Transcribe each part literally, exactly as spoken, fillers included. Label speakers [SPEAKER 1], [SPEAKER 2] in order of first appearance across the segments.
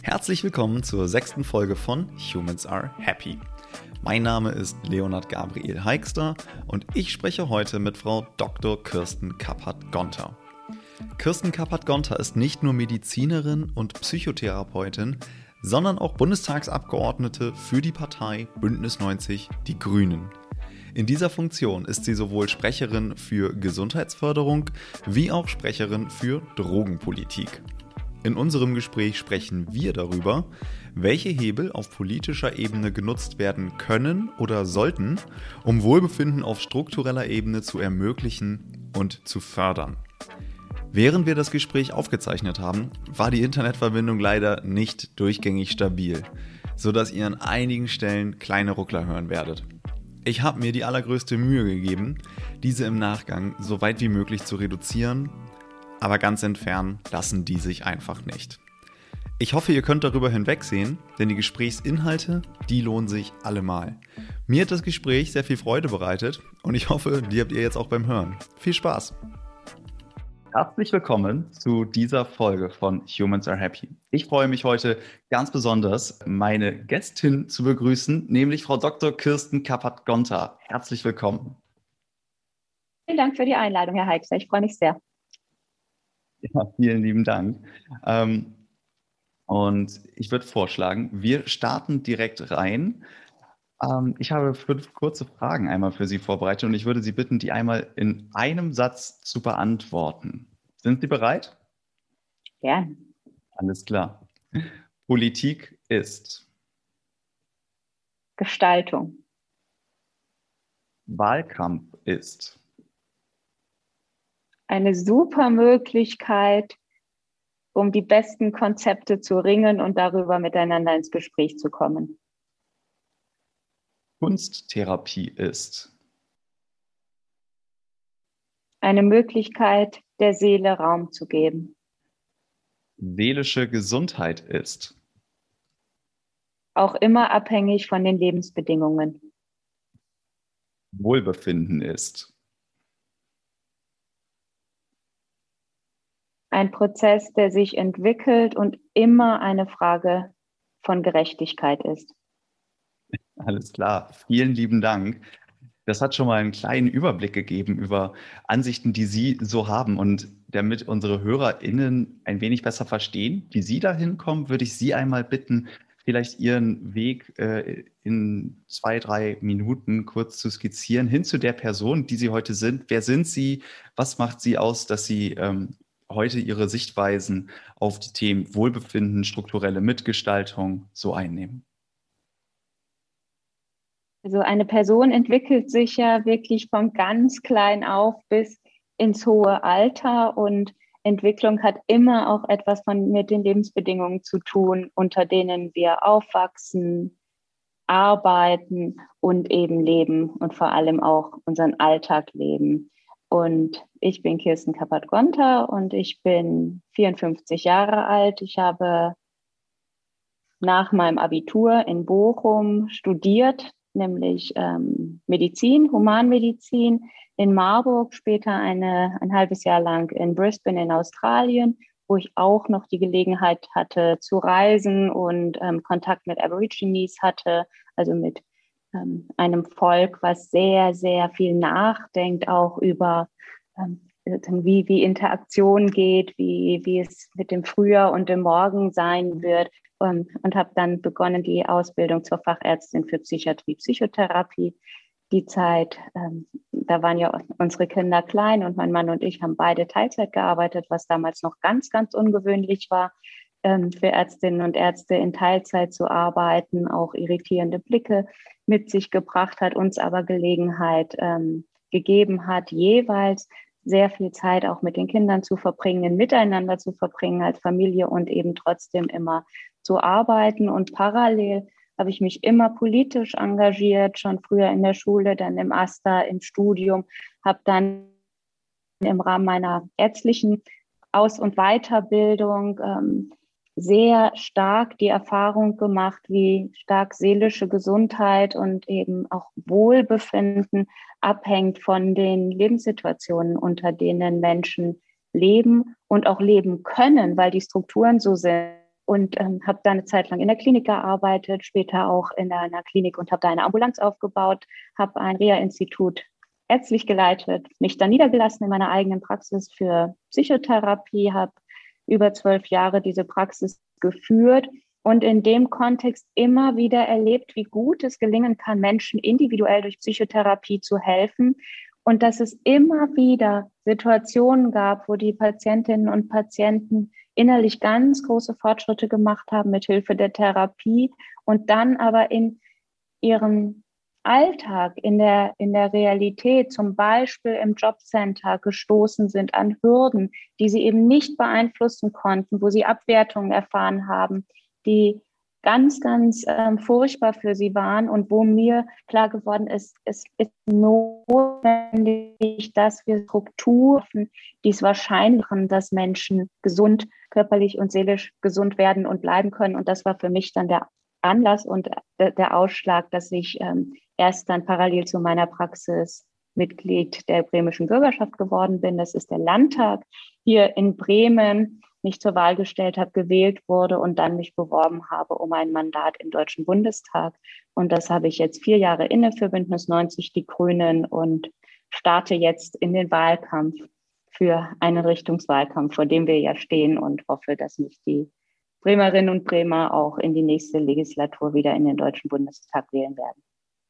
[SPEAKER 1] Herzlich willkommen zur sechsten Folge von Humans Are Happy. Mein Name ist Leonhard Gabriel Heixter und ich spreche heute mit Frau Doktor Kirsten Kappert-Gonter. Kirsten Kappert-Gonter ist nicht nur Medizinerin und Psychotherapeutin, sondern auch Bundestagsabgeordnete für die Partei Bündnis neunzig Die Grünen. In dieser Funktion ist sie sowohl Sprecherin für Gesundheitsförderung wie auch Sprecherin für Drogenpolitik. In unserem Gespräch sprechen wir darüber, welche Hebel auf politischer Ebene genutzt werden können oder sollten, um Wohlbefinden auf struktureller Ebene zu ermöglichen und zu fördern. Während wir das Gespräch aufgezeichnet haben, war die Internetverbindung leider nicht durchgängig stabil, sodass ihr an einigen Stellen kleine Ruckler hören werdet. Ich habe mir die allergrößte Mühe gegeben, diese im Nachgang so weit wie möglich zu reduzieren, aber ganz entfernen lassen die sich einfach nicht. Ich hoffe, ihr könnt darüber hinwegsehen, denn die Gesprächsinhalte, die lohnen sich allemal. Mir hat das Gespräch sehr viel Freude bereitet und ich hoffe, die habt ihr jetzt auch beim Hören. Viel Spaß! Herzlich willkommen zu dieser Folge von Humans Are Happy. Ich freue mich heute ganz besonders, meine Gästin zu begrüßen, nämlich Frau Doktor Kirsten Kappert-Gonter. Herzlich willkommen.
[SPEAKER 2] Vielen Dank für die Einladung, Herr Heixter. Ich freue mich sehr.
[SPEAKER 1] Ja, vielen lieben Dank. Ähm, und ich würde vorschlagen, wir starten direkt rein. Ähm, ich habe fünf kurze Fragen einmal für Sie vorbereitet und ich würde Sie bitten, die einmal in einem Satz zu beantworten. Sind Sie bereit?
[SPEAKER 2] Ja.
[SPEAKER 1] Alles klar. Politik ist
[SPEAKER 2] Gestaltung.
[SPEAKER 1] Wahlkampf ist
[SPEAKER 2] Eine super Möglichkeit, um die besten Konzepte zu ringen und darüber miteinander ins Gespräch zu kommen.
[SPEAKER 1] Kunsttherapie ist
[SPEAKER 2] Eine Möglichkeit, der Seele Raum zu geben.
[SPEAKER 1] seelische Gesundheit ist
[SPEAKER 2] Auch immer abhängig von den Lebensbedingungen.
[SPEAKER 1] Wohlbefinden ist
[SPEAKER 2] Ein Prozess, der sich entwickelt und immer eine Frage von Gerechtigkeit ist.
[SPEAKER 1] Alles klar. Vielen lieben Dank. Das hat schon mal einen kleinen Überblick gegeben über Ansichten, die Sie so haben. Und damit unsere HörerInnen ein wenig besser verstehen, wie Sie da hinkommen, würde ich Sie einmal bitten, vielleicht Ihren Weg äh, in zwei, drei Minuten kurz zu skizzieren, hin zu der Person, die Sie heute sind. Wer sind Sie? Was macht Sie aus, dass Sie ähm, heute Ihre Sichtweisen auf die Themen Wohlbefinden, strukturelle Mitgestaltung so einnehmen?
[SPEAKER 2] Also eine Person entwickelt sich ja wirklich von ganz klein auf bis ins hohe Alter und Entwicklung hat immer auch etwas von mit den Lebensbedingungen zu tun, unter denen wir aufwachsen, arbeiten und eben leben und vor allem auch unseren Alltag leben. Und ich bin Kirsten Kappert-Gonter und ich bin vierundfünfzig Jahre alt. Ich habe nach meinem Abitur in Bochum studiert, nämlich ähm, Medizin, Humanmedizin in Marburg, später eine, ein halbes Jahr lang in Brisbane in Australien, wo ich auch noch die Gelegenheit hatte zu reisen und ähm, Kontakt mit Aborigines hatte, also mit ähm, einem Volk, was sehr, sehr viel nachdenkt, auch über ähm, wie, wie Interaktion geht, wie, wie es mit dem Früher und dem Morgen sein wird. Und, und habe dann begonnen, die Ausbildung zur Fachärztin für Psychiatrie, Psychotherapie. Die Zeit, ähm, da waren ja unsere Kinder klein und mein Mann und ich haben beide Teilzeit gearbeitet, was damals noch ganz, ganz ungewöhnlich war, ähm, für Ärztinnen und Ärzte in Teilzeit zu arbeiten, auch irritierende Blicke mit sich gebracht hat, uns aber Gelegenheit ähm, gegeben hat, jeweils sehr viel Zeit auch mit den Kindern zu verbringen, miteinander zu verbringen als Familie und eben trotzdem immer zu arbeiten. Und parallel habe ich mich immer politisch engagiert, schon früher in der Schule, dann im AStA, im Studium, habe dann im Rahmen meiner ärztlichen Aus- und Weiterbildung ähm, sehr stark die Erfahrung gemacht, wie stark seelische Gesundheit und eben auch Wohlbefinden abhängt von den Lebenssituationen, unter denen Menschen leben und auch leben können, weil die Strukturen so sind, und ähm, habe da eine Zeit lang in der Klinik gearbeitet, später auch in einer Klinik und habe da eine Ambulanz aufgebaut, habe ein Reha-Institut ärztlich geleitet, mich dann niedergelassen in meiner eigenen Praxis für Psychotherapie, habe über zwölf Jahre diese Praxis geführt und in dem Kontext immer wieder erlebt, wie gut es gelingen kann, Menschen individuell durch Psychotherapie zu helfen und dass es immer wieder Situationen gab, wo die Patientinnen und Patienten innerlich ganz große Fortschritte gemacht haben mit Hilfe der Therapie und dann aber in ihrem Alltag, in der, in der Realität, zum Beispiel im Jobcenter, gestoßen sind an Hürden, die sie eben nicht beeinflussen konnten, wo sie Abwertungen erfahren haben, die ganz, ganz ähm, furchtbar für sie waren und wo mir klar geworden ist, es ist notwendig, dass wir Strukturen, die es wahrscheinlich machen, dass Menschen gesund, körperlich und seelisch gesund werden und bleiben können. Und das war für mich dann der Anlass und der Ausschlag, dass ich ähm, erst dann parallel zu meiner Praxis Mitglied der bremischen Bürgerschaft geworden bin. Das ist der Landtag hier in Bremen, mich zur Wahl gestellt habe, gewählt wurde und dann mich beworben habe um ein Mandat im Deutschen Bundestag. Und das habe ich jetzt vier Jahre inne für Bündnis neunzig Die Grünen und starte jetzt in den Wahlkampf für einen Richtungswahlkampf, vor dem wir ja stehen und hoffe, dass mich die Bremerinnen und Bremer auch in die nächste Legislatur wieder in den Deutschen Bundestag wählen werden.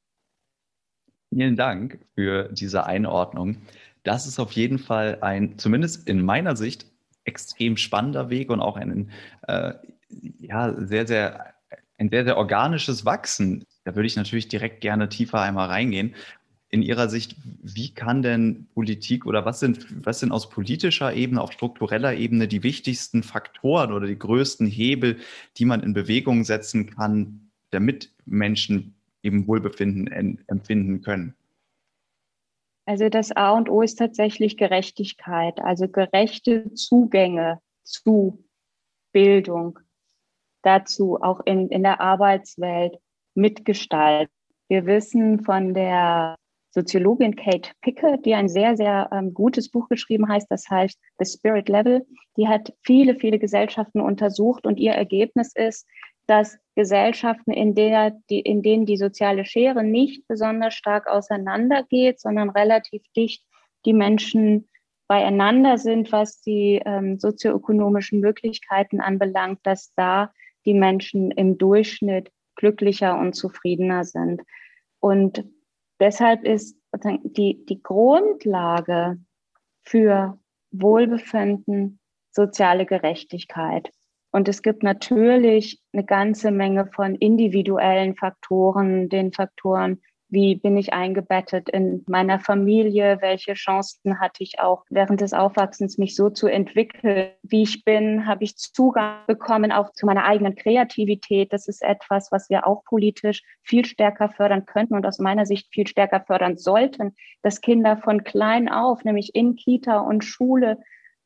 [SPEAKER 1] Vielen Dank für diese Einordnung. Das ist auf jeden Fall ein, zumindest in meiner Sicht, extrem spannender Weg und auch ein, äh, ja, sehr, sehr, ein sehr, sehr organisches Wachsen. Da würde ich natürlich direkt gerne tiefer einmal reingehen. In Ihrer Sicht, wie kann denn Politik oder was sind, was sind aus politischer Ebene, auf struktureller Ebene die wichtigsten Faktoren oder die größten Hebel, die man in Bewegung setzen kann, damit Menschen eben Wohlbefinden empfinden können?
[SPEAKER 2] Also das A und O ist tatsächlich Gerechtigkeit, also gerechte Zugänge zu Bildung, dazu auch in, in der Arbeitswelt mitgestalten. Wir wissen von der Soziologin Kate Pickett, die ein sehr, sehr ähm, gutes Buch geschrieben heißt, das heißt The Spirit Level. Die hat viele, viele Gesellschaften untersucht und ihr Ergebnis ist, dass Gesellschaften, in, der, die, in denen die soziale Schere nicht besonders stark auseinandergeht, sondern relativ dicht die Menschen beieinander sind, was die ähm, sozioökonomischen Möglichkeiten anbelangt, dass da die Menschen im Durchschnitt glücklicher und zufriedener sind. Und deshalb ist die, die Grundlage für Wohlbefinden soziale Gerechtigkeit. Und es gibt natürlich eine ganze Menge von individuellen Faktoren, den Faktoren, wie bin ich eingebettet in meiner Familie, welche Chancen hatte ich auch während des Aufwachsens, mich so zu entwickeln, wie ich bin, habe ich Zugang bekommen auch zu meiner eigenen Kreativität. Das ist etwas, was wir auch politisch viel stärker fördern könnten und aus meiner Sicht viel stärker fördern sollten, dass Kinder von klein auf, nämlich in Kita und Schule,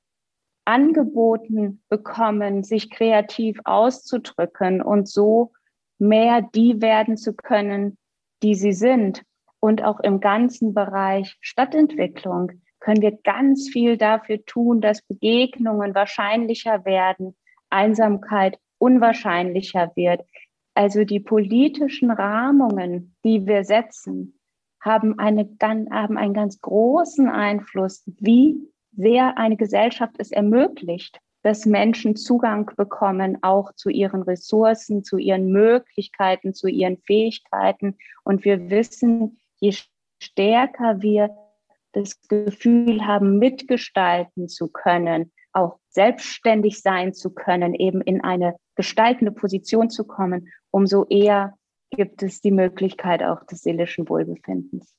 [SPEAKER 2] angeboten bekommen, sich kreativ auszudrücken und so mehr die werden zu können, die sie sind. Und auch im ganzen Bereich Stadtentwicklung können wir ganz viel dafür tun, dass Begegnungen wahrscheinlicher werden, Einsamkeit unwahrscheinlicher wird. Also die politischen Rahmungen, die wir setzen, haben, eine, haben einen ganz großen Einfluss, wie sehr eine Gesellschaft es ermöglicht, dass Menschen Zugang bekommen, auch zu ihren Ressourcen, zu ihren Möglichkeiten, zu ihren Fähigkeiten. Und wir wissen, je stärker wir das Gefühl haben, mitgestalten zu können, auch selbstständig sein zu können, eben in eine gestaltende Position zu kommen, umso eher gibt es die Möglichkeit auch des seelischen Wohlbefindens.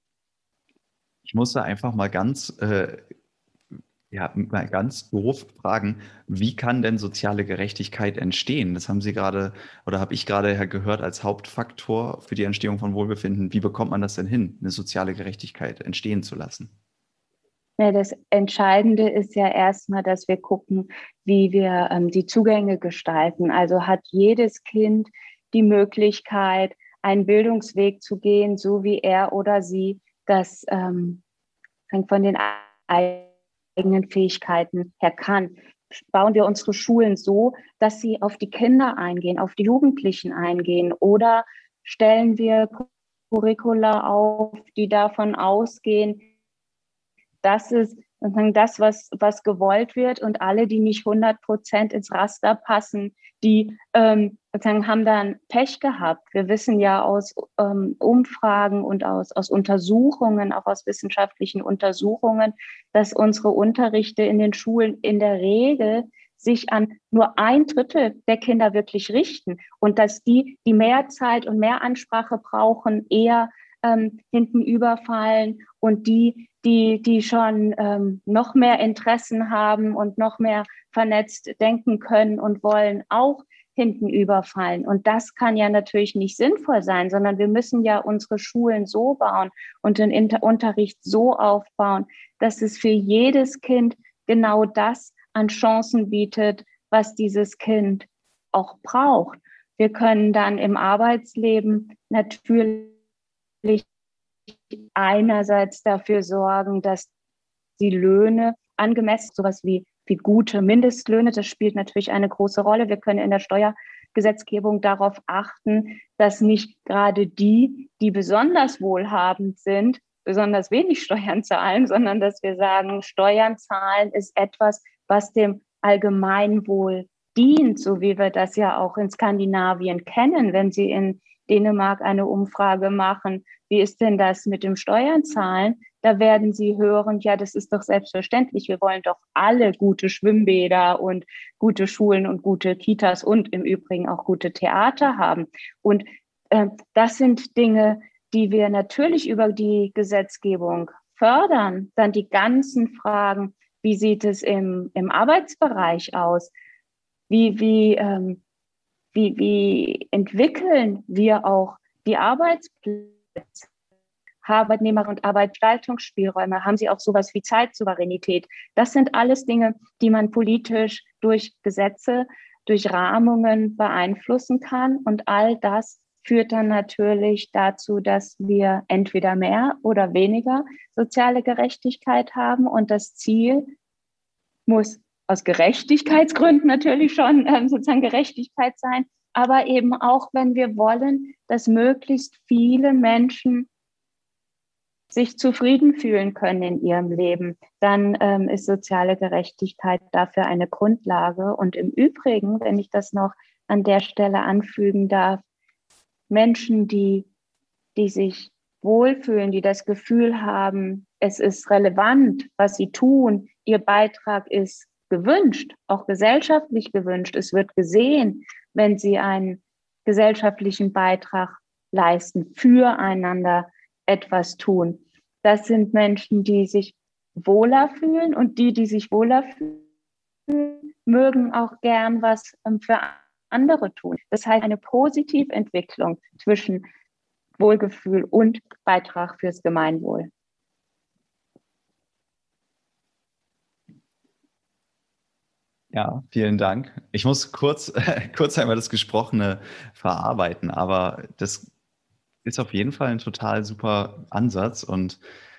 [SPEAKER 1] Ich muss da einfach mal ganz äh Ja, mal ganz doof fragen, wie kann denn soziale Gerechtigkeit entstehen? Das haben Sie gerade oder habe ich gerade gehört als Hauptfaktor für die Entstehung von Wohlbefinden. Wie bekommt man das denn hin, eine soziale Gerechtigkeit entstehen zu lassen?
[SPEAKER 2] Ja, das Entscheidende ist ja erstmal, dass wir gucken, wie wir ähm, die Zugänge gestalten. Also hat jedes Kind die Möglichkeit, einen Bildungsweg zu gehen, so wie er oder sie das ähm, von den eigenen Fähigkeiten her kann. bauen wir unsere Schulen so, dass sie auf die Kinder eingehen, auf die Jugendlichen eingehen? Oder stellen wir Curricula auf, die davon ausgehen, dass es sozusagen das, was, was gewollt wird, und alle, die nicht hundert Prozent ins Raster passen, die ähm, sozusagen haben dann Pech gehabt. Wir wissen ja aus ähm, Umfragen und aus, aus Untersuchungen, auch aus wissenschaftlichen Untersuchungen, dass unsere Unterrichte in den Schulen in der Regel sich an nur ein Drittel der Kinder wirklich richten und dass die, die mehr Zeit und mehr Ansprache brauchen, eher ähm, hinten überfallen, und die, die, die schon ähm, noch mehr Interessen haben und noch mehr vernetzt denken können und wollen, auch hinten überfallen. Und das kann ja natürlich nicht sinnvoll sein, sondern wir müssen ja unsere Schulen so bauen und den Inter- Unterricht so aufbauen, dass es für jedes Kind genau das an Chancen bietet, was dieses Kind auch braucht. Wir können dann im Arbeitsleben natürlich einerseits dafür sorgen, dass die Löhne angemessen, sowas wie, wie gute Mindestlöhne, das spielt natürlich eine große Rolle. Wir können in der Steuergesetzgebung darauf achten, dass nicht gerade die, die besonders wohlhabend sind, besonders wenig Steuern zahlen, sondern dass wir sagen, Steuern zahlen ist etwas, was dem Allgemeinwohl dient, so wie wir das ja auch in Skandinavien kennen. Wenn Sie in Dänemark eine Umfrage machen, wie ist denn das mit dem Steuernzahlen? Da werden Sie hören, ja, das ist doch selbstverständlich. Wir wollen doch alle gute Schwimmbäder und gute Schulen und gute Kitas und im Übrigen auch gute Theater haben. Und äh, das sind Dinge, die wir natürlich über die Gesetzgebung fördern. Dann die ganzen Fragen, wie sieht es im, im Arbeitsbereich aus? Wie, wie, ähm, wie, wie entwickeln wir auch die Arbeitsplätze? Arbeitnehmer- und Arbeitsgestaltungsspielräume? Haben sie auch sowas wie Zeitsouveränität? Das sind alles Dinge, die man politisch durch Gesetze, durch Rahmungen beeinflussen kann. Und all das führt dann natürlich dazu, dass wir entweder mehr oder weniger soziale Gerechtigkeit haben. Und das Ziel muss aus Gerechtigkeitsgründen natürlich schon ähm, sozusagen Gerechtigkeit sein, aber eben auch, wenn wir wollen, dass möglichst viele Menschen sich zufrieden fühlen können in ihrem Leben, dann ähm, ist soziale Gerechtigkeit dafür eine Grundlage. Und im Übrigen, wenn ich das noch an der Stelle anfügen darf, Menschen, die, die sich wohlfühlen, die das Gefühl haben, es ist relevant, was sie tun, ihr Beitrag ist gewünscht, auch gesellschaftlich gewünscht, es wird gesehen, wenn sie einen gesellschaftlichen Beitrag leisten, füreinander etwas tun. Das sind Menschen, die sich wohler fühlen, und die, die sich wohler fühlen, mögen auch gern was für andere tun. Das heißt, eine Positiventwicklung zwischen Wohlgefühl und Beitrag fürs Gemeinwohl.
[SPEAKER 1] Ja, vielen Dank. Ich muss kurz, kurz einmal das Gesprochene verarbeiten, aber das ist auf jeden Fall ein total super Ansatz, und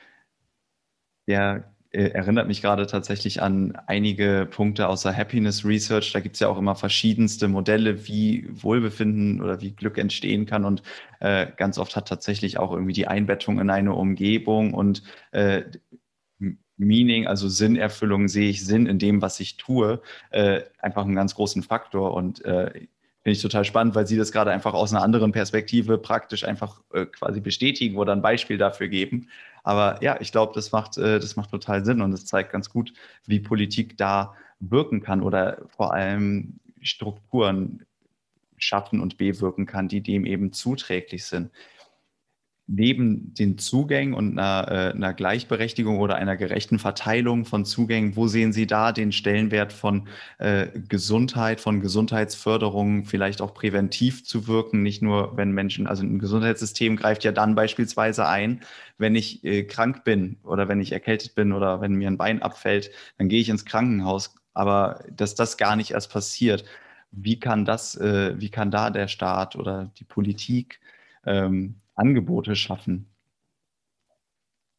[SPEAKER 1] der äh, erinnert mich gerade tatsächlich an einige Punkte aus der Happiness Research. Da gibt es ja auch immer verschiedenste Modelle, wie Wohlbefinden oder wie Glück entstehen kann. Und äh, ganz oft hat tatsächlich auch irgendwie die Einbettung in eine Umgebung und äh, Meaning, also Sinnerfüllung, sehe ich Sinn in dem, was ich tue, äh, einfach einen ganz großen Faktor. Und äh, finde ich total spannend, weil Sie das gerade einfach aus einer anderen Perspektive praktisch einfach äh, quasi bestätigen oder ein Beispiel dafür geben. Aber ja, ich glaube, das macht, äh, das macht total Sinn, und es zeigt ganz gut, wie Politik da wirken kann oder vor allem Strukturen schaffen und bewirken kann, die dem eben zuträglich sind. Neben den Zugängen und einer, äh, einer Gleichberechtigung oder einer gerechten Verteilung von Zugängen, wo sehen Sie da den Stellenwert von äh, Gesundheit, von Gesundheitsförderung, vielleicht auch präventiv zu wirken, nicht nur, wenn Menschen, also ein Gesundheitssystem greift ja dann beispielsweise ein, wenn ich äh, krank bin oder wenn ich erkältet bin oder wenn mir ein Bein abfällt, dann gehe ich ins Krankenhaus, aber dass das gar nicht erst passiert. Wie kann das, äh, wie kann da der Staat oder die Politik ähm, Angebote schaffen?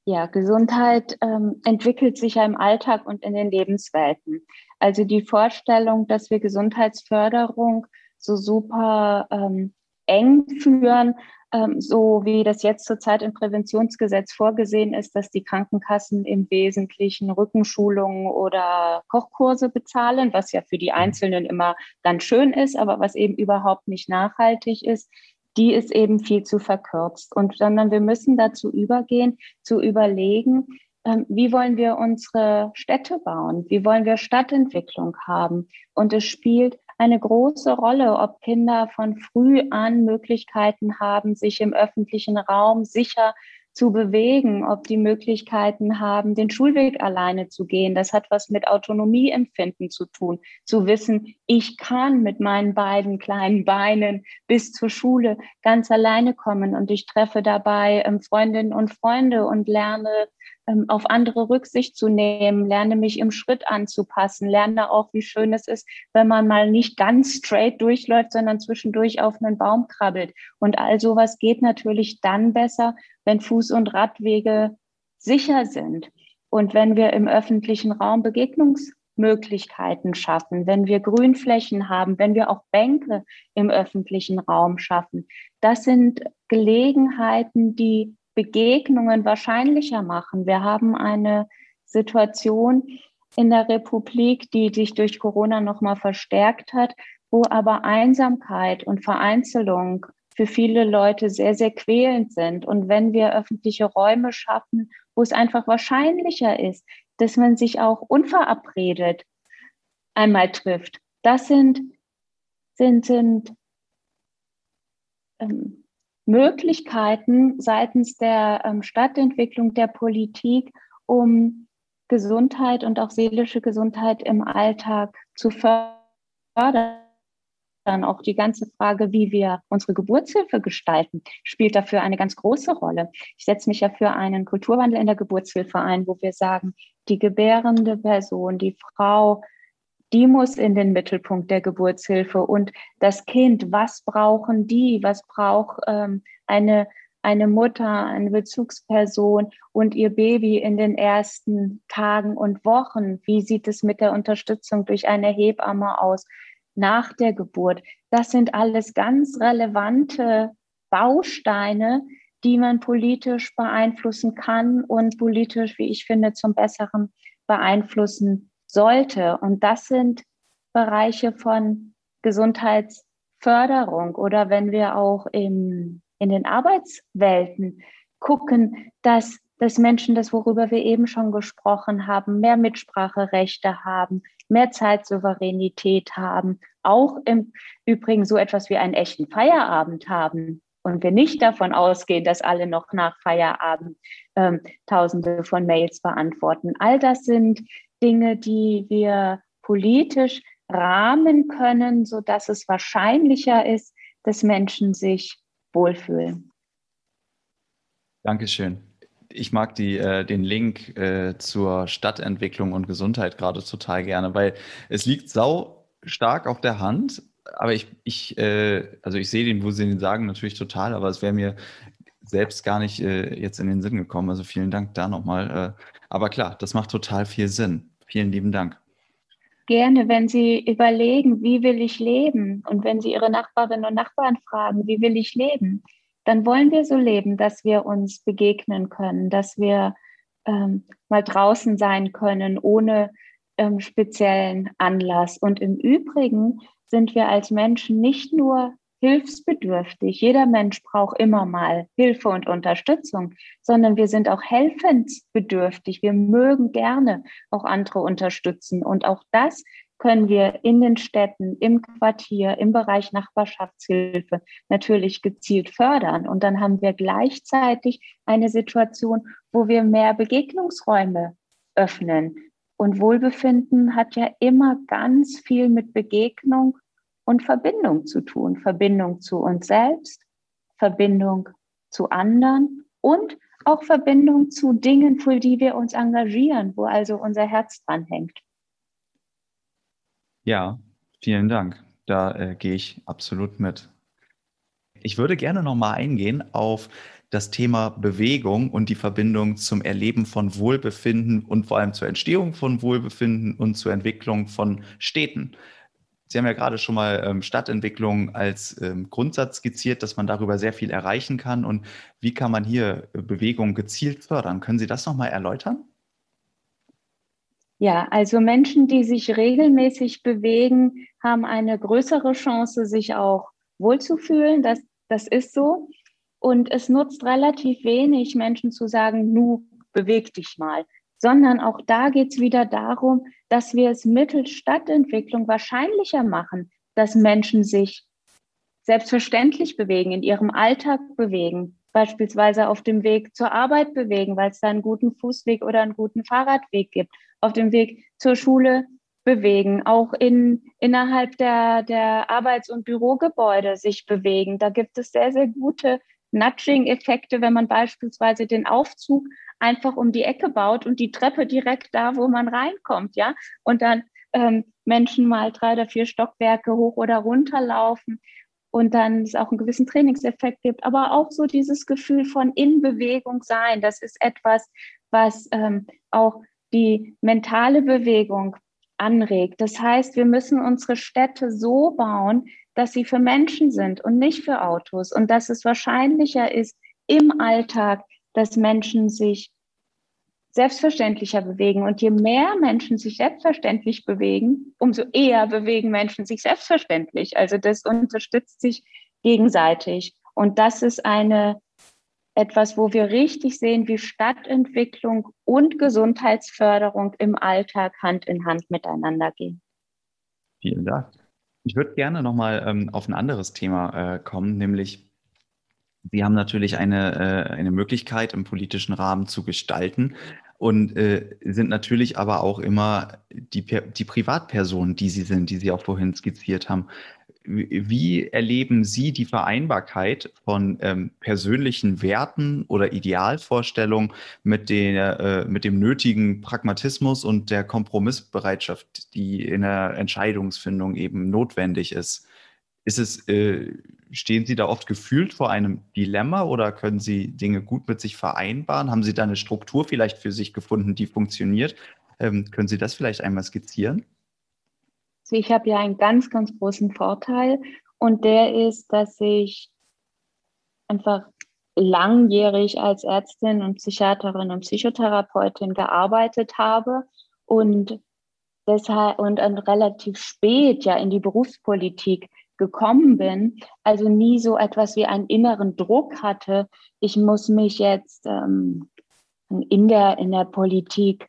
[SPEAKER 2] Ja, Gesundheit ähm, entwickelt sich ja im Alltag und in den Lebenswelten. Also die Vorstellung, dass wir Gesundheitsförderung so super ähm, eng führen, ähm, so wie das jetzt zurzeit im Präventionsgesetz vorgesehen ist, dass die Krankenkassen im Wesentlichen Rückenschulungen oder Kochkurse bezahlen, was ja für die Einzelnen immer ganz schön ist, aber was eben überhaupt nicht nachhaltig ist, die ist eben viel zu verkürzt. Und sondern wir müssen dazu übergehen, zu überlegen, ähm, wie wollen wir unsere Städte bauen? Wie wollen wir Stadtentwicklung haben? Und es spielt eine große Rolle, ob Kinder von früh an Möglichkeiten haben, sich im öffentlichen Raum sicher zu bewegen, ob die Möglichkeiten haben, den Schulweg alleine zu gehen. Das hat was mit Autonomieempfinden zu tun, zu wissen, ich kann mit meinen beiden kleinen Beinen bis zur Schule ganz alleine kommen und ich treffe dabei ähm, Freundinnen und Freunde und lerne ähm, auf andere Rücksicht zu nehmen, lerne mich im Schritt anzupassen, lerne auch, wie schön es ist, wenn man mal nicht ganz straight durchläuft, sondern zwischendurch auf einen Baum krabbelt. Und all sowas geht natürlich dann besser, wenn Fuß- und Radwege sicher sind. Und wenn wir im öffentlichen Raum Begegnungsmöglichkeiten schaffen, wenn wir Grünflächen haben, wenn wir auch Bänke im öffentlichen Raum schaffen. Das sind Gelegenheiten, die Begegnungen wahrscheinlicher machen. Wir haben eine Situation in der Republik, die sich durch Corona nochmal verstärkt hat, wo aber Einsamkeit und Vereinzelung für viele Leute sehr, sehr quälend sind. Und wenn wir öffentliche Räume schaffen, wo es einfach wahrscheinlicher ist, dass man sich auch unverabredet einmal trifft, das sind, sind, sind ähm, Möglichkeiten seitens der ähm, Stadtentwicklung, der Politik, um Gesundheit und auch seelische Gesundheit im Alltag zu fördern. Dann auch die ganze Frage, wie wir unsere Geburtshilfe gestalten, spielt dafür eine ganz große Rolle. Ich setze mich ja für einen Kulturwandel in der Geburtshilfe ein, wo wir sagen, die gebärende Person, die Frau, die muss in den Mittelpunkt der Geburtshilfe und das Kind, was brauchen die, was braucht ähm, eine, eine Mutter, eine Bezugsperson und ihr Baby in den ersten Tagen und Wochen, wie sieht es mit der Unterstützung durch eine Hebamme aus nach der Geburt. Das sind alles ganz relevante Bausteine, die man politisch beeinflussen kann und politisch, wie ich finde, zum Besseren beeinflussen sollte. Und das sind Bereiche von Gesundheitsförderung oder wenn wir auch im, in den Arbeitswelten gucken, dass, dass Menschen, das worüber wir eben schon gesprochen haben, mehr Mitspracherechte haben, mehr Zeitsouveränität haben, auch im Übrigen so etwas wie einen echten Feierabend haben und wir nicht davon ausgehen, dass alle noch nach Feierabend ähm, Tausende von Mails beantworten. All das sind Dinge, die wir politisch rahmen können, sodass es wahrscheinlicher ist, dass Menschen sich wohlfühlen.
[SPEAKER 1] Dankeschön. Ich mag die, äh, den Link äh, zur Stadtentwicklung und Gesundheit gerade total gerne, weil es liegt sau stark auf der Hand. Aber ich, ich äh, also ich sehe den, wo Sie den sagen, natürlich total, aber es wäre mir selbst gar nicht äh, jetzt in den Sinn gekommen. Also vielen Dank da nochmal. Äh, aber klar, das macht total viel Sinn. Vielen lieben Dank.
[SPEAKER 2] Gerne, wenn Sie überlegen, wie will ich leben? Und wenn Sie Ihre Nachbarinnen und Nachbarn fragen, wie will ich leben? Dann wollen wir so leben, dass wir uns begegnen können, dass wir ähm, mal draußen sein können, ohne ähm, speziellen Anlass. Und im Übrigen sind wir als Menschen nicht nur hilfsbedürftig. Jeder Mensch braucht immer mal Hilfe und Unterstützung, sondern wir sind auch helfensbedürftig. Wir mögen gerne auch andere unterstützen. Und auch das können wir in den Städten, im Quartier, im Bereich Nachbarschaftshilfe natürlich gezielt fördern. Und dann haben wir gleichzeitig eine Situation, wo wir mehr Begegnungsräume öffnen. Und Wohlbefinden hat ja immer ganz viel mit Begegnung und Verbindung zu tun. Verbindung zu uns selbst, Verbindung zu anderen und auch Verbindung zu Dingen, für die wir uns engagieren, wo also unser Herz dran hängt.
[SPEAKER 1] Ja, vielen Dank. Da äh, gehe ich absolut mit. Ich würde gerne nochmal eingehen auf das Thema Bewegung und die Verbindung zum Erleben von Wohlbefinden und vor allem zur Entstehung von Wohlbefinden und zur Entwicklung von Städten. Sie haben ja gerade schon mal ähm, Stadtentwicklung als ähm, Grundsatz skizziert, dass man darüber sehr viel erreichen kann. Und wie kann man hier äh, Bewegung gezielt fördern? Können Sie das nochmal erläutern?
[SPEAKER 2] Ja, also Menschen, die sich regelmäßig bewegen, haben eine größere Chance, sich auch wohlzufühlen. Das, das ist so. Und es nutzt relativ wenig, Menschen zu sagen, nu, beweg dich mal. Sondern auch da geht es wieder darum, dass wir es mittels Stadtentwicklung wahrscheinlicher machen, dass Menschen sich selbstverständlich bewegen, in ihrem Alltag bewegen, beispielsweise auf dem Weg zur Arbeit bewegen, weil es da einen guten Fußweg oder einen guten Fahrradweg gibt, auf dem Weg zur Schule bewegen, auch in, innerhalb der, der Arbeits- und Bürogebäude sich bewegen. Da gibt es sehr, sehr gute Nudging-Effekte, wenn man beispielsweise den Aufzug einfach um die Ecke baut und die Treppe direkt da, wo man reinkommt, ja, und dann ähm, Menschen mal drei oder vier Stockwerke hoch oder runter laufen und dann es auch einen gewissen Trainingseffekt gibt, aber auch so dieses Gefühl von in Bewegung sein. Das ist etwas, was ähm, auch die mentale Bewegung anregt. Das heißt, wir müssen unsere Städte so bauen, dass sie für Menschen sind und nicht für Autos und dass es wahrscheinlicher ist im Alltag, dass Menschen sich selbstverständlicher bewegen. Und je mehr Menschen sich selbstverständlich bewegen, umso eher bewegen Menschen sich selbstverständlich. Also das unterstützt sich gegenseitig. Und das ist eine, etwas, wo wir richtig sehen, wie Stadtentwicklung und Gesundheitsförderung im Alltag Hand in Hand miteinander gehen.
[SPEAKER 1] Vielen Dank. Ich würde gerne nochmal ähm, auf ein anderes Thema äh, kommen, nämlich Sie haben natürlich eine, äh, eine Möglichkeit, im politischen Rahmen zu gestalten und äh, sind natürlich aber auch immer die, die Privatperson, die Sie sind, die Sie auch vorhin skizziert haben. Wie erleben Sie die Vereinbarkeit von ähm, persönlichen Werten oder Idealvorstellungen mit der, äh, mit dem nötigen Pragmatismus und der Kompromissbereitschaft, die in der Entscheidungsfindung eben notwendig ist? Ist es, äh, stehen Sie da oft gefühlt vor einem Dilemma oder können Sie Dinge gut mit sich vereinbaren? Haben Sie da eine Struktur vielleicht für sich gefunden, die funktioniert? Ähm, können Sie das vielleicht einmal skizzieren?
[SPEAKER 2] Also ich habe ja einen ganz, ganz großen Vorteil und der ist, dass ich einfach langjährig als Ärztin und Psychiaterin und Psychotherapeutin gearbeitet habe und deshalb und dann relativ spät ja in die Berufspolitik gekommen bin, also nie so etwas wie einen inneren Druck hatte. Ich muss mich jetzt ähm, in der, in der Politik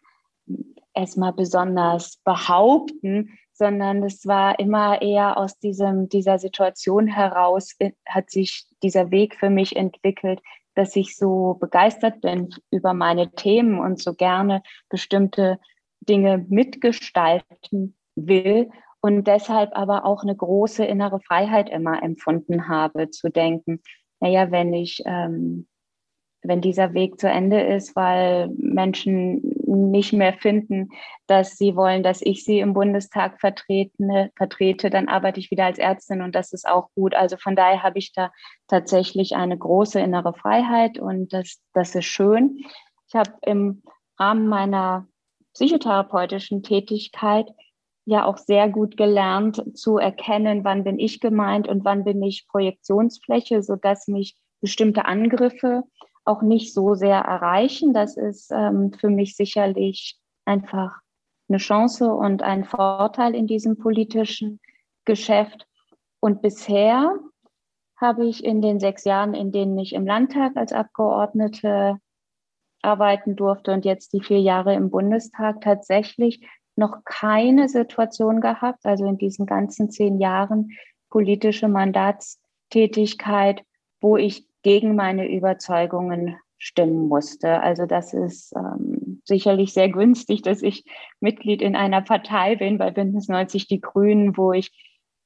[SPEAKER 2] erstmal besonders behaupten, sondern es war immer eher aus diesem, dieser Situation heraus, hat sich dieser Weg für mich entwickelt, dass ich so begeistert bin über meine Themen und so gerne bestimmte Dinge mitgestalten will und deshalb aber auch eine große innere Freiheit immer empfunden habe, zu denken, naja, wenn ich ähm, wenn dieser Weg zu Ende ist, weil Menschen nicht mehr finden, dass sie wollen, dass ich sie im Bundestag vertrete, vertrete, dann arbeite ich wieder als Ärztin und das ist auch gut. Also von daher habe ich da tatsächlich eine große innere Freiheit und das, das ist schön. Ich habe im Rahmen meiner psychotherapeutischen Tätigkeit ja auch sehr gut gelernt zu erkennen, wann bin ich gemeint und wann bin ich Projektionsfläche, sodass mich bestimmte Angriffe auch nicht so sehr erreichen. Das ist ähm, für mich sicherlich einfach eine Chance und ein Vorteil in diesem politischen Geschäft. Und bisher habe ich in den sechs Jahren, in denen ich im Landtag als Abgeordnete arbeiten durfte und jetzt die vier Jahre im Bundestag tatsächlich noch keine Situation gehabt, also in diesen ganzen zehn Jahren politische Mandatstätigkeit, wo ich gegen meine Überzeugungen stimmen musste. Also das ist ähm, sicherlich sehr günstig, dass ich Mitglied in einer Partei bin, bei Bündnis neunzig Die Grünen, wo ich,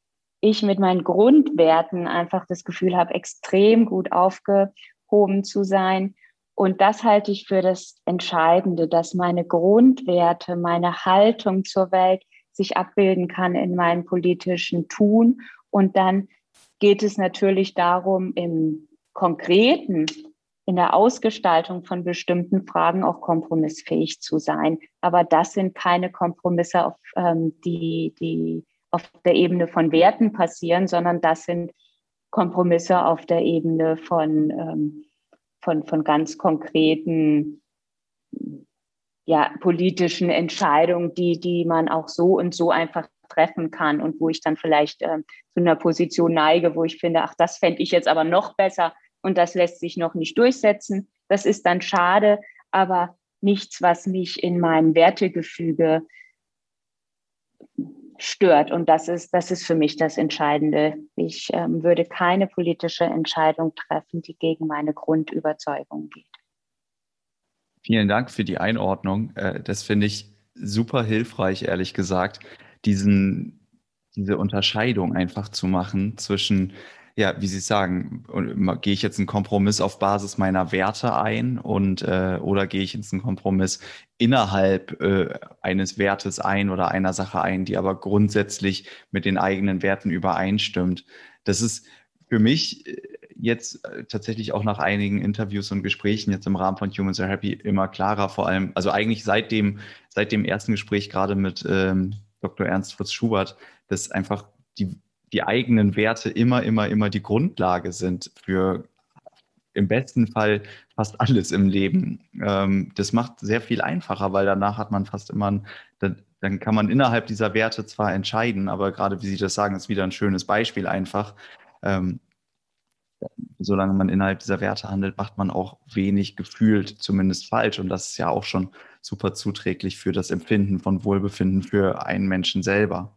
[SPEAKER 2] ich mit meinen Grundwerten einfach das Gefühl habe, extrem gut aufgehoben zu sein. Und das halte ich für das Entscheidende, dass meine Grundwerte, meine Haltung zur Welt sich abbilden kann in meinem politischen Tun. Und dann geht es natürlich darum, im Konkreten in der Ausgestaltung von bestimmten Fragen auch kompromissfähig zu sein. Aber das sind keine Kompromisse, auf, ähm, die, die auf der Ebene von Werten passieren, sondern das sind Kompromisse auf der Ebene von, ähm, von, von ganz konkreten, ja, politischen Entscheidungen, die, die man auch so und so einfach treffen kann und wo ich dann vielleicht äh, zu einer Position neige, wo ich finde, ach, das fände ich jetzt aber noch besser und das lässt sich noch nicht durchsetzen. Das ist dann schade, aber nichts, was mich in meinem Wertegefüge stört. Und das ist, das ist für mich das Entscheidende. Ich ähm, würde keine politische Entscheidung treffen, die gegen meine Grundüberzeugung geht.
[SPEAKER 1] Vielen Dank für die Einordnung. Äh, Das finde ich super hilfreich, ehrlich gesagt, diesen, diese Unterscheidung einfach zu machen zwischen, ja, wie Sie sagen, und ma- gehe ich jetzt einen Kompromiss auf Basis meiner Werte ein und äh, oder gehe ich jetzt einen Kompromiss innerhalb äh, eines Wertes ein oder einer Sache ein, die aber grundsätzlich mit den eigenen Werten übereinstimmt. Das ist für mich äh, jetzt äh, tatsächlich auch nach einigen Interviews und Gesprächen jetzt im Rahmen von Humans Are Happy immer klarer, vor allem, also eigentlich seit dem, seit dem ersten Gespräch gerade mit ähm, Doktor Ernst Fritz Schubert, dass einfach die, die eigenen Werte immer, immer, immer die Grundlage sind für im besten Fall fast alles im Leben. Ähm, das macht sehr viel einfacher, weil danach hat man fast immer, ein, dann, dann kann man innerhalb dieser Werte zwar entscheiden, aber gerade wie Sie das sagen, ist wieder ein schönes Beispiel einfach. Ähm, solange man innerhalb dieser Werte handelt, macht man auch wenig gefühlt zumindest falsch. Und das ist ja auch schon super zuträglich für das Empfinden von Wohlbefinden für einen Menschen selber.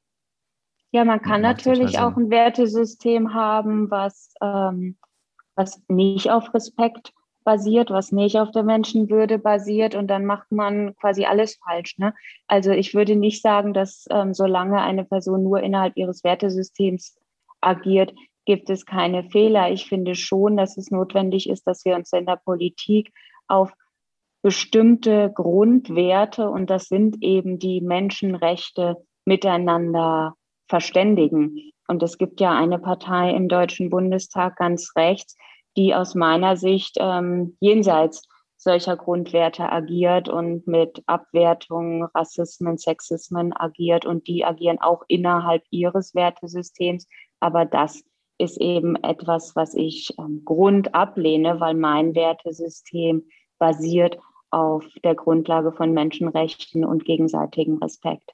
[SPEAKER 2] Ja, man kann
[SPEAKER 1] Macht total
[SPEAKER 2] natürlich auch
[SPEAKER 1] Sinn.
[SPEAKER 2] ein Wertesystem haben, was, ähm, was nicht auf Respekt basiert, was nicht auf der Menschenwürde basiert und dann macht man quasi alles falsch. Ne? Also ich würde nicht sagen, dass ähm, solange eine Person nur innerhalb ihres Wertesystems agiert, gibt es keine Fehler. Ich finde schon, dass es notwendig ist, dass wir uns in der Politik auf bestimmte Grundwerte, und das sind eben die Menschenrechte, miteinander verständigen. Und es gibt ja eine Partei im Deutschen Bundestag ganz rechts, die aus meiner Sicht ähm, jenseits solcher Grundwerte agiert und mit Abwertung, Rassismen, Sexismen agiert. Und die agieren auch innerhalb ihres Wertesystems. Aber das ist eben etwas, was ich ähm, Grund ablehne, weil mein Wertesystem basiert auf der Grundlage von Menschenrechten und gegenseitigem Respekt.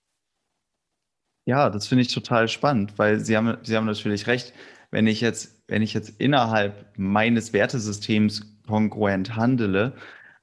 [SPEAKER 1] Ja, das finde ich total spannend, weil Sie haben, Sie haben natürlich recht. Wenn ich jetzt, wenn ich jetzt innerhalb meines Wertesystems kongruent handele,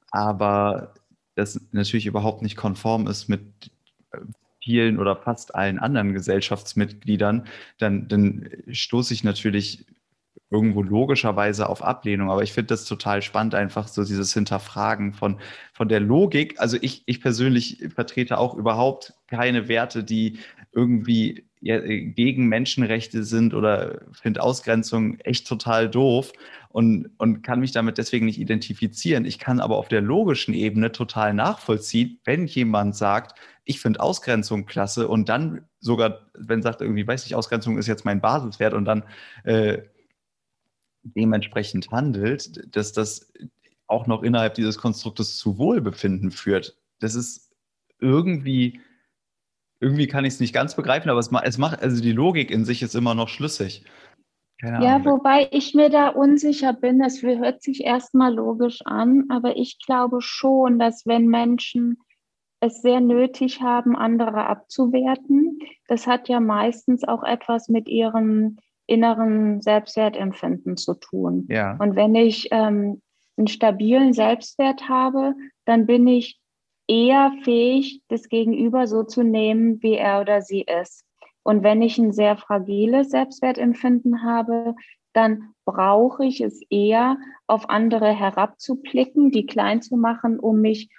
[SPEAKER 1] aber das natürlich überhaupt nicht konform ist mit äh, vielen oder fast allen anderen Gesellschaftsmitgliedern, dann, dann stoße ich natürlich irgendwo logischerweise auf Ablehnung. Aber ich finde das total spannend, einfach so dieses Hinterfragen von, von der Logik. Also ich, ich persönlich vertrete auch überhaupt keine Werte, die irgendwie ja, gegen Menschenrechte sind oder finde Ausgrenzung echt total doof und, und kann mich damit deswegen nicht identifizieren. Ich kann aber auf der logischen Ebene total nachvollziehen, wenn jemand sagt, ich finde Ausgrenzung klasse und dann sogar, wenn sagt irgendwie, weiß ich, Ausgrenzung ist jetzt mein Basiswert und dann äh, dementsprechend handelt, dass das auch noch innerhalb dieses Konstruktes zu Wohlbefinden führt. Das ist irgendwie, irgendwie kann ich es nicht ganz begreifen, aber es, ma es macht, also die Logik in sich ist immer noch schlüssig. Keine
[SPEAKER 2] Ja,
[SPEAKER 1] Ahnung. Da,
[SPEAKER 2] wobei ich mir da unsicher bin, das hört sich erstmal logisch an, aber ich glaube schon, dass wenn Menschen es sehr nötig haben, andere abzuwerten, das hat ja meistens auch etwas mit ihrem inneren Selbstwertempfinden zu tun.
[SPEAKER 1] ja,
[SPEAKER 2] Und wenn ich ähm, einen stabilen Selbstwert habe, dann bin ich eher fähig, das Gegenüber so zu nehmen, wie er oder sie ist. Und wenn ich ein sehr fragiles Selbstwertempfinden habe, dann brauche ich es eher, auf andere herabzublicken, die klein zu machen, um mich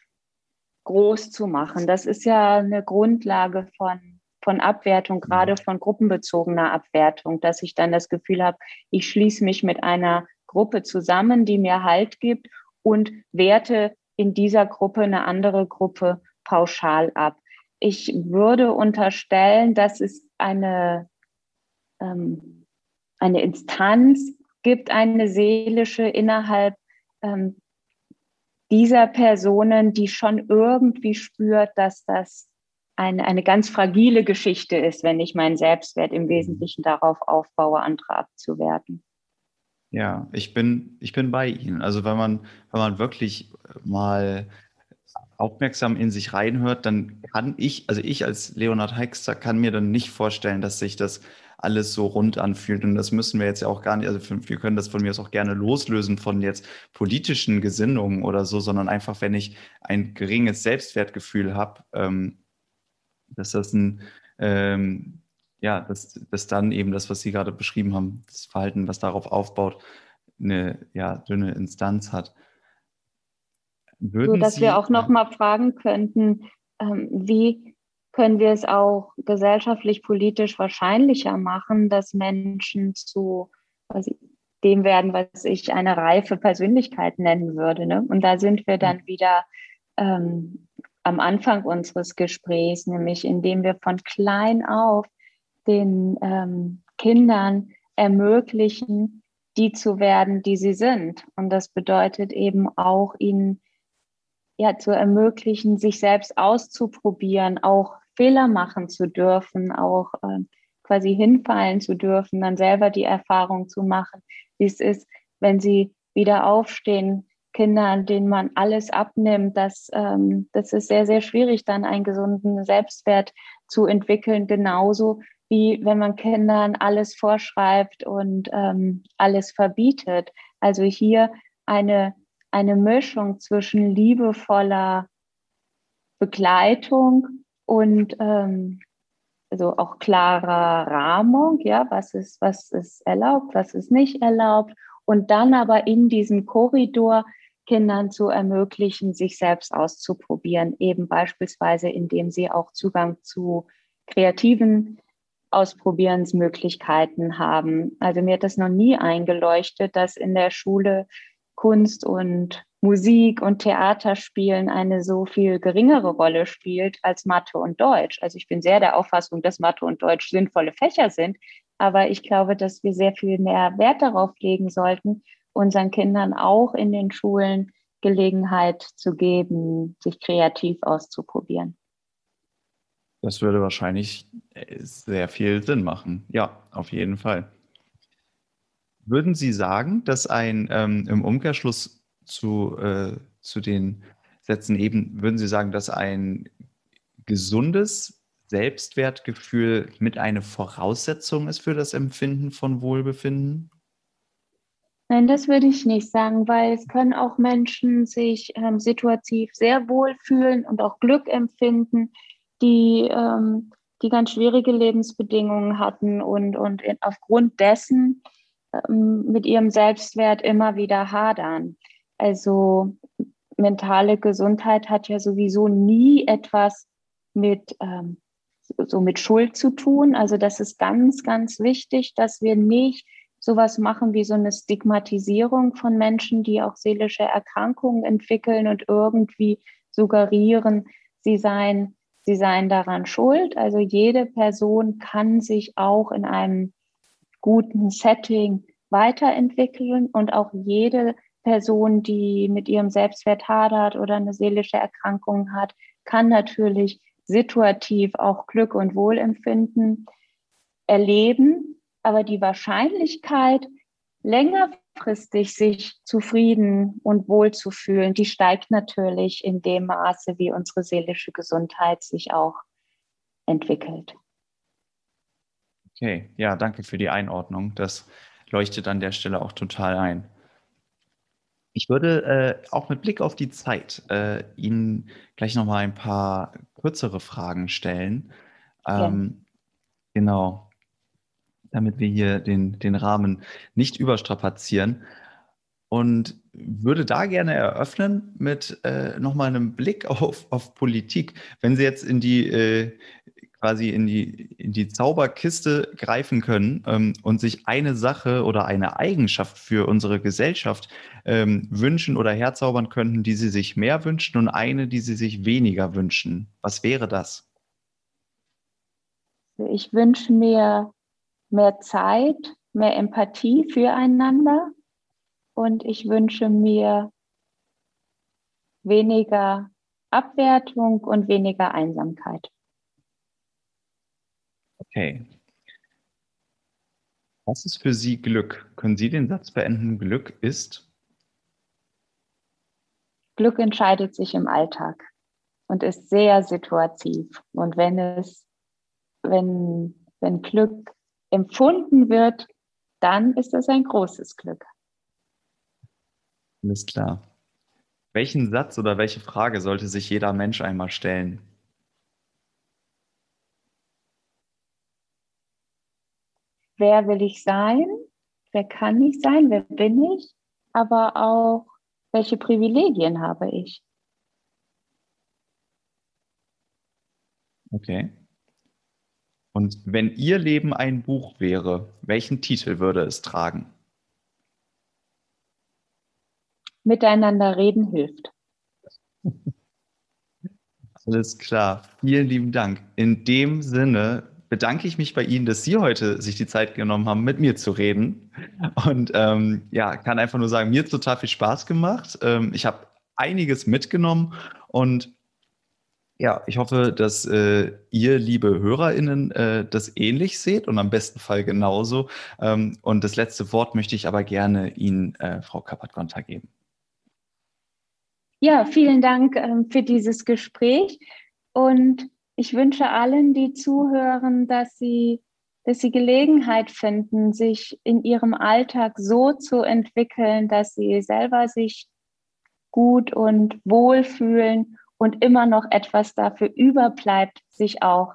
[SPEAKER 2] groß zu machen. Das ist ja eine Grundlage von, von Abwertung, gerade von gruppenbezogener Abwertung, dass ich dann das Gefühl habe, ich schließe mich mit einer Gruppe zusammen, die mir Halt gibt und werte in dieser Gruppe eine andere Gruppe pauschal ab. Ich würde unterstellen, dass es eine, ähm, eine Instanz gibt, eine seelische innerhalb ähm, dieser Personen, die schon irgendwie spürt, dass das eine, eine ganz fragile Geschichte ist, wenn ich meinen Selbstwert im Wesentlichen darauf aufbaue, andere abzuwerten.
[SPEAKER 1] Ja, ich bin, ich bin bei Ihnen. Also wenn man, wenn man wirklich mal aufmerksam in sich reinhört, dann kann ich, also ich als Leonhard Heixter kann mir dann nicht vorstellen, dass sich das alles so rund anfühlt. Und das müssen wir jetzt ja auch gar nicht, also wir können das von mir aus auch gerne loslösen von jetzt politischen Gesinnungen oder so, sondern einfach, wenn ich ein geringes Selbstwertgefühl habe, ähm, dass das ein, ähm, ja, dass, dass dann eben das, was Sie gerade beschrieben haben, das Verhalten, was darauf aufbaut, eine ja, dünne Instanz hat.
[SPEAKER 2] So
[SPEAKER 1] Würden
[SPEAKER 2] dass wir
[SPEAKER 1] Sie,
[SPEAKER 2] auch noch mal fragen könnten, ähm, wie können wir es auch gesellschaftlich, politisch wahrscheinlicher machen, dass Menschen zu quasi dem werden, was ich eine reife Persönlichkeit nennen würde. Ne? Und da sind wir dann wieder ähm, am Anfang unseres Gesprächs, nämlich indem wir von klein auf den ähm, Kindern ermöglichen, die zu werden, die sie sind. Und das bedeutet eben auch, ihnen ja zu ermöglichen, sich selbst auszuprobieren, auch Fehler machen zu dürfen, auch äh, quasi hinfallen zu dürfen, dann selber die Erfahrung zu machen, wie es ist, wenn sie wieder aufstehen. Kinder, denen man alles abnimmt, das, ähm, das ist sehr, sehr schwierig, dann einen gesunden Selbstwert zu entwickeln, genauso wie wenn man Kindern alles vorschreibt und ähm, alles verbietet. Also hier eine eine Mischung zwischen liebevoller Begleitung und ähm, also auch klarer Rahmung, ja, was ist, was ist erlaubt, was ist nicht erlaubt, und dann aber in diesem Korridor Kindern zu ermöglichen, sich selbst auszuprobieren, eben beispielsweise indem sie auch Zugang zu kreativen Ausprobierensmöglichkeiten haben. Also mir hat das noch nie eingeleuchtet, dass in der Schule Kunst und Musik und Theaterspielen eine so viel geringere Rolle spielt als Mathe und Deutsch. Also ich bin sehr der Auffassung, dass Mathe und Deutsch sinnvolle Fächer sind, aber ich glaube, dass wir sehr viel mehr Wert darauf legen sollten, unseren Kindern auch in den Schulen Gelegenheit zu geben, sich kreativ auszuprobieren.
[SPEAKER 1] das würde wahrscheinlich äh, sehr viel Sinn machen. Ja, auf jeden Fall. Würden Sie sagen, dass ein ähm, im Umkehrschluss zu, äh, zu den Sätzen eben, würden Sie sagen, dass ein gesundes Selbstwertgefühl mit eine Voraussetzung ist für das Empfinden von Wohlbefinden?
[SPEAKER 2] Nein, das würde ich nicht sagen, weil es können auch Menschen sich ähm, situativ sehr wohl fühlen und auch Glück empfinden, die, ähm, die ganz schwierige Lebensbedingungen hatten und, und in, aufgrund dessen ähm, mit ihrem Selbstwert immer wieder hadern. Also mentale Gesundheit hat ja sowieso nie etwas mit, ähm, so mit Schuld zu tun. Also das ist ganz, ganz wichtig, dass wir nicht sowas machen wie so eine Stigmatisierung von Menschen, die auch seelische Erkrankungen entwickeln und irgendwie suggerieren, sie seien, sie seien daran schuld. Also jede Person kann sich auch in einem guten Setting weiterentwickeln und auch jede Person, die mit ihrem Selbstwert hadert oder eine seelische Erkrankung hat, kann natürlich situativ auch Glück und Wohlempfinden erleben, aber die Wahrscheinlichkeit, längerfristig sich zufrieden und wohl zu fühlen, die steigt natürlich in dem Maße, wie unsere seelische Gesundheit sich auch entwickelt.
[SPEAKER 1] Okay, ja, danke für die Einordnung. Das leuchtet an der Stelle auch total ein. Ich würde äh, auch mit Blick auf die Zeit äh, Ihnen gleich noch mal ein paar kürzere Fragen stellen.
[SPEAKER 2] Gerne.
[SPEAKER 1] Ähm, genau, damit wir hier den, den Rahmen nicht überstrapazieren. Und würde da gerne eröffnen mit äh, nochmal einem Blick auf, auf Politik. Wenn Sie jetzt in die äh, quasi in die, in die Zauberkiste greifen können ähm, und sich eine Sache oder eine Eigenschaft für unsere Gesellschaft ähm, wünschen oder herzaubern könnten, die Sie sich mehr wünschen und eine, die Sie sich weniger wünschen. Was wäre das?
[SPEAKER 2] Ich wünsche mir mehr Zeit, mehr Empathie füreinander und ich wünsche mir weniger Abwertung und weniger Einsamkeit.
[SPEAKER 1] Okay. Was ist für Sie Glück? Können Sie den Satz beenden? Glück ist?
[SPEAKER 2] Glück entscheidet sich im Alltag und ist sehr situativ. Und wenn es, wenn, wenn Glück empfunden wird, dann ist es ein großes Glück.
[SPEAKER 1] Alles klar. Welchen Satz oder welche Frage sollte sich jeder Mensch einmal stellen?
[SPEAKER 2] Wer will ich sein? Wer kann ich sein? Wer bin ich? Aber auch, welche Privilegien habe ich?
[SPEAKER 1] Okay. Und wenn Ihr Leben ein Buch wäre, welchen Titel würde es tragen?
[SPEAKER 2] Miteinander reden hilft.
[SPEAKER 1] Alles klar. Vielen lieben Dank. In dem Sinne bedanke ich mich bei Ihnen, dass Sie heute sich die Zeit genommen haben, mit mir zu reden. Und ähm, ja, kann einfach nur sagen, mir hat total viel Spaß gemacht. Ähm, ich habe einiges mitgenommen und ja, ich hoffe, dass äh, ihr, liebe HörerInnen, äh, das ähnlich seht und am besten Fall genauso. Ähm, und das letzte Wort möchte ich aber gerne Ihnen, äh, Frau Kappert-Gonter, geben.
[SPEAKER 2] Ja, vielen Dank ähm, für dieses Gespräch. Und ich wünsche allen, die zuhören, dass sie, dass sie Gelegenheit finden, sich in ihrem Alltag so zu entwickeln, dass sie selber sich gut und wohl fühlen und immer noch etwas dafür überbleibt, sich auch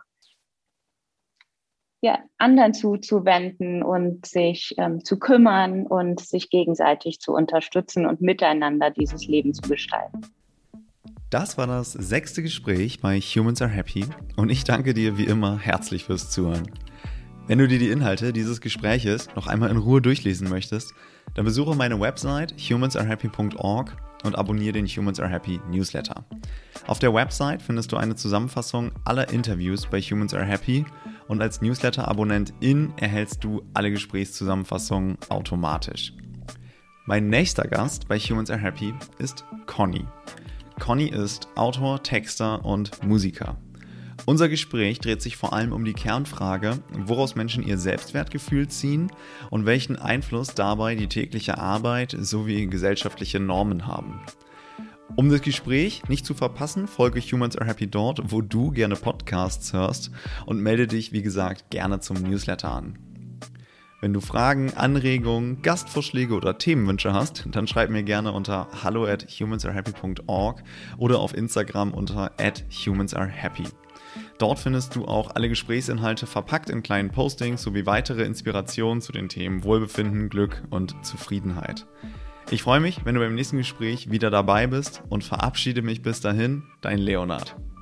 [SPEAKER 2] ja, anderen zuzuwenden und sich ähm, zu kümmern und sich gegenseitig zu unterstützen und miteinander dieses Leben zu gestalten.
[SPEAKER 1] Das war das sechste Gespräch bei Humans Are Happy und ich danke dir wie immer herzlich fürs Zuhören. Wenn du dir die Inhalte dieses Gespräches noch einmal in Ruhe durchlesen möchtest, dann besuche meine Website humans are happy punkt org und abonniere den Humans Are Happy Newsletter. Auf der Website findest du eine Zusammenfassung aller Interviews bei Humans Are Happy und als Newsletter-Abonnentin erhältst du alle Gesprächszusammenfassungen automatisch. Mein nächster Gast bei Humans Are Happy ist Conny. Conny ist Autor, Texter und Musiker. Unser Gespräch dreht sich vor allem um die Kernfrage, woraus Menschen ihr Selbstwertgefühl ziehen und welchen Einfluss dabei die tägliche Arbeit sowie gesellschaftliche Normen haben. Um das Gespräch nicht zu verpassen, folge Humans Are Happy dort, wo du gerne Podcasts hörst und melde dich, wie gesagt, gerne zum Newsletter an. Wenn du Fragen, Anregungen, Gastvorschläge oder Themenwünsche hast, dann schreib mir gerne unter hallo at humans are happy punkt org oder auf Instagram unter at humans are happy. Dort findest du auch alle Gesprächsinhalte verpackt in kleinen Postings sowie weitere Inspirationen zu den Themen Wohlbefinden, Glück und Zufriedenheit. Ich freue mich, wenn du beim nächsten Gespräch wieder dabei bist und verabschiede mich bis dahin, dein Leonhard.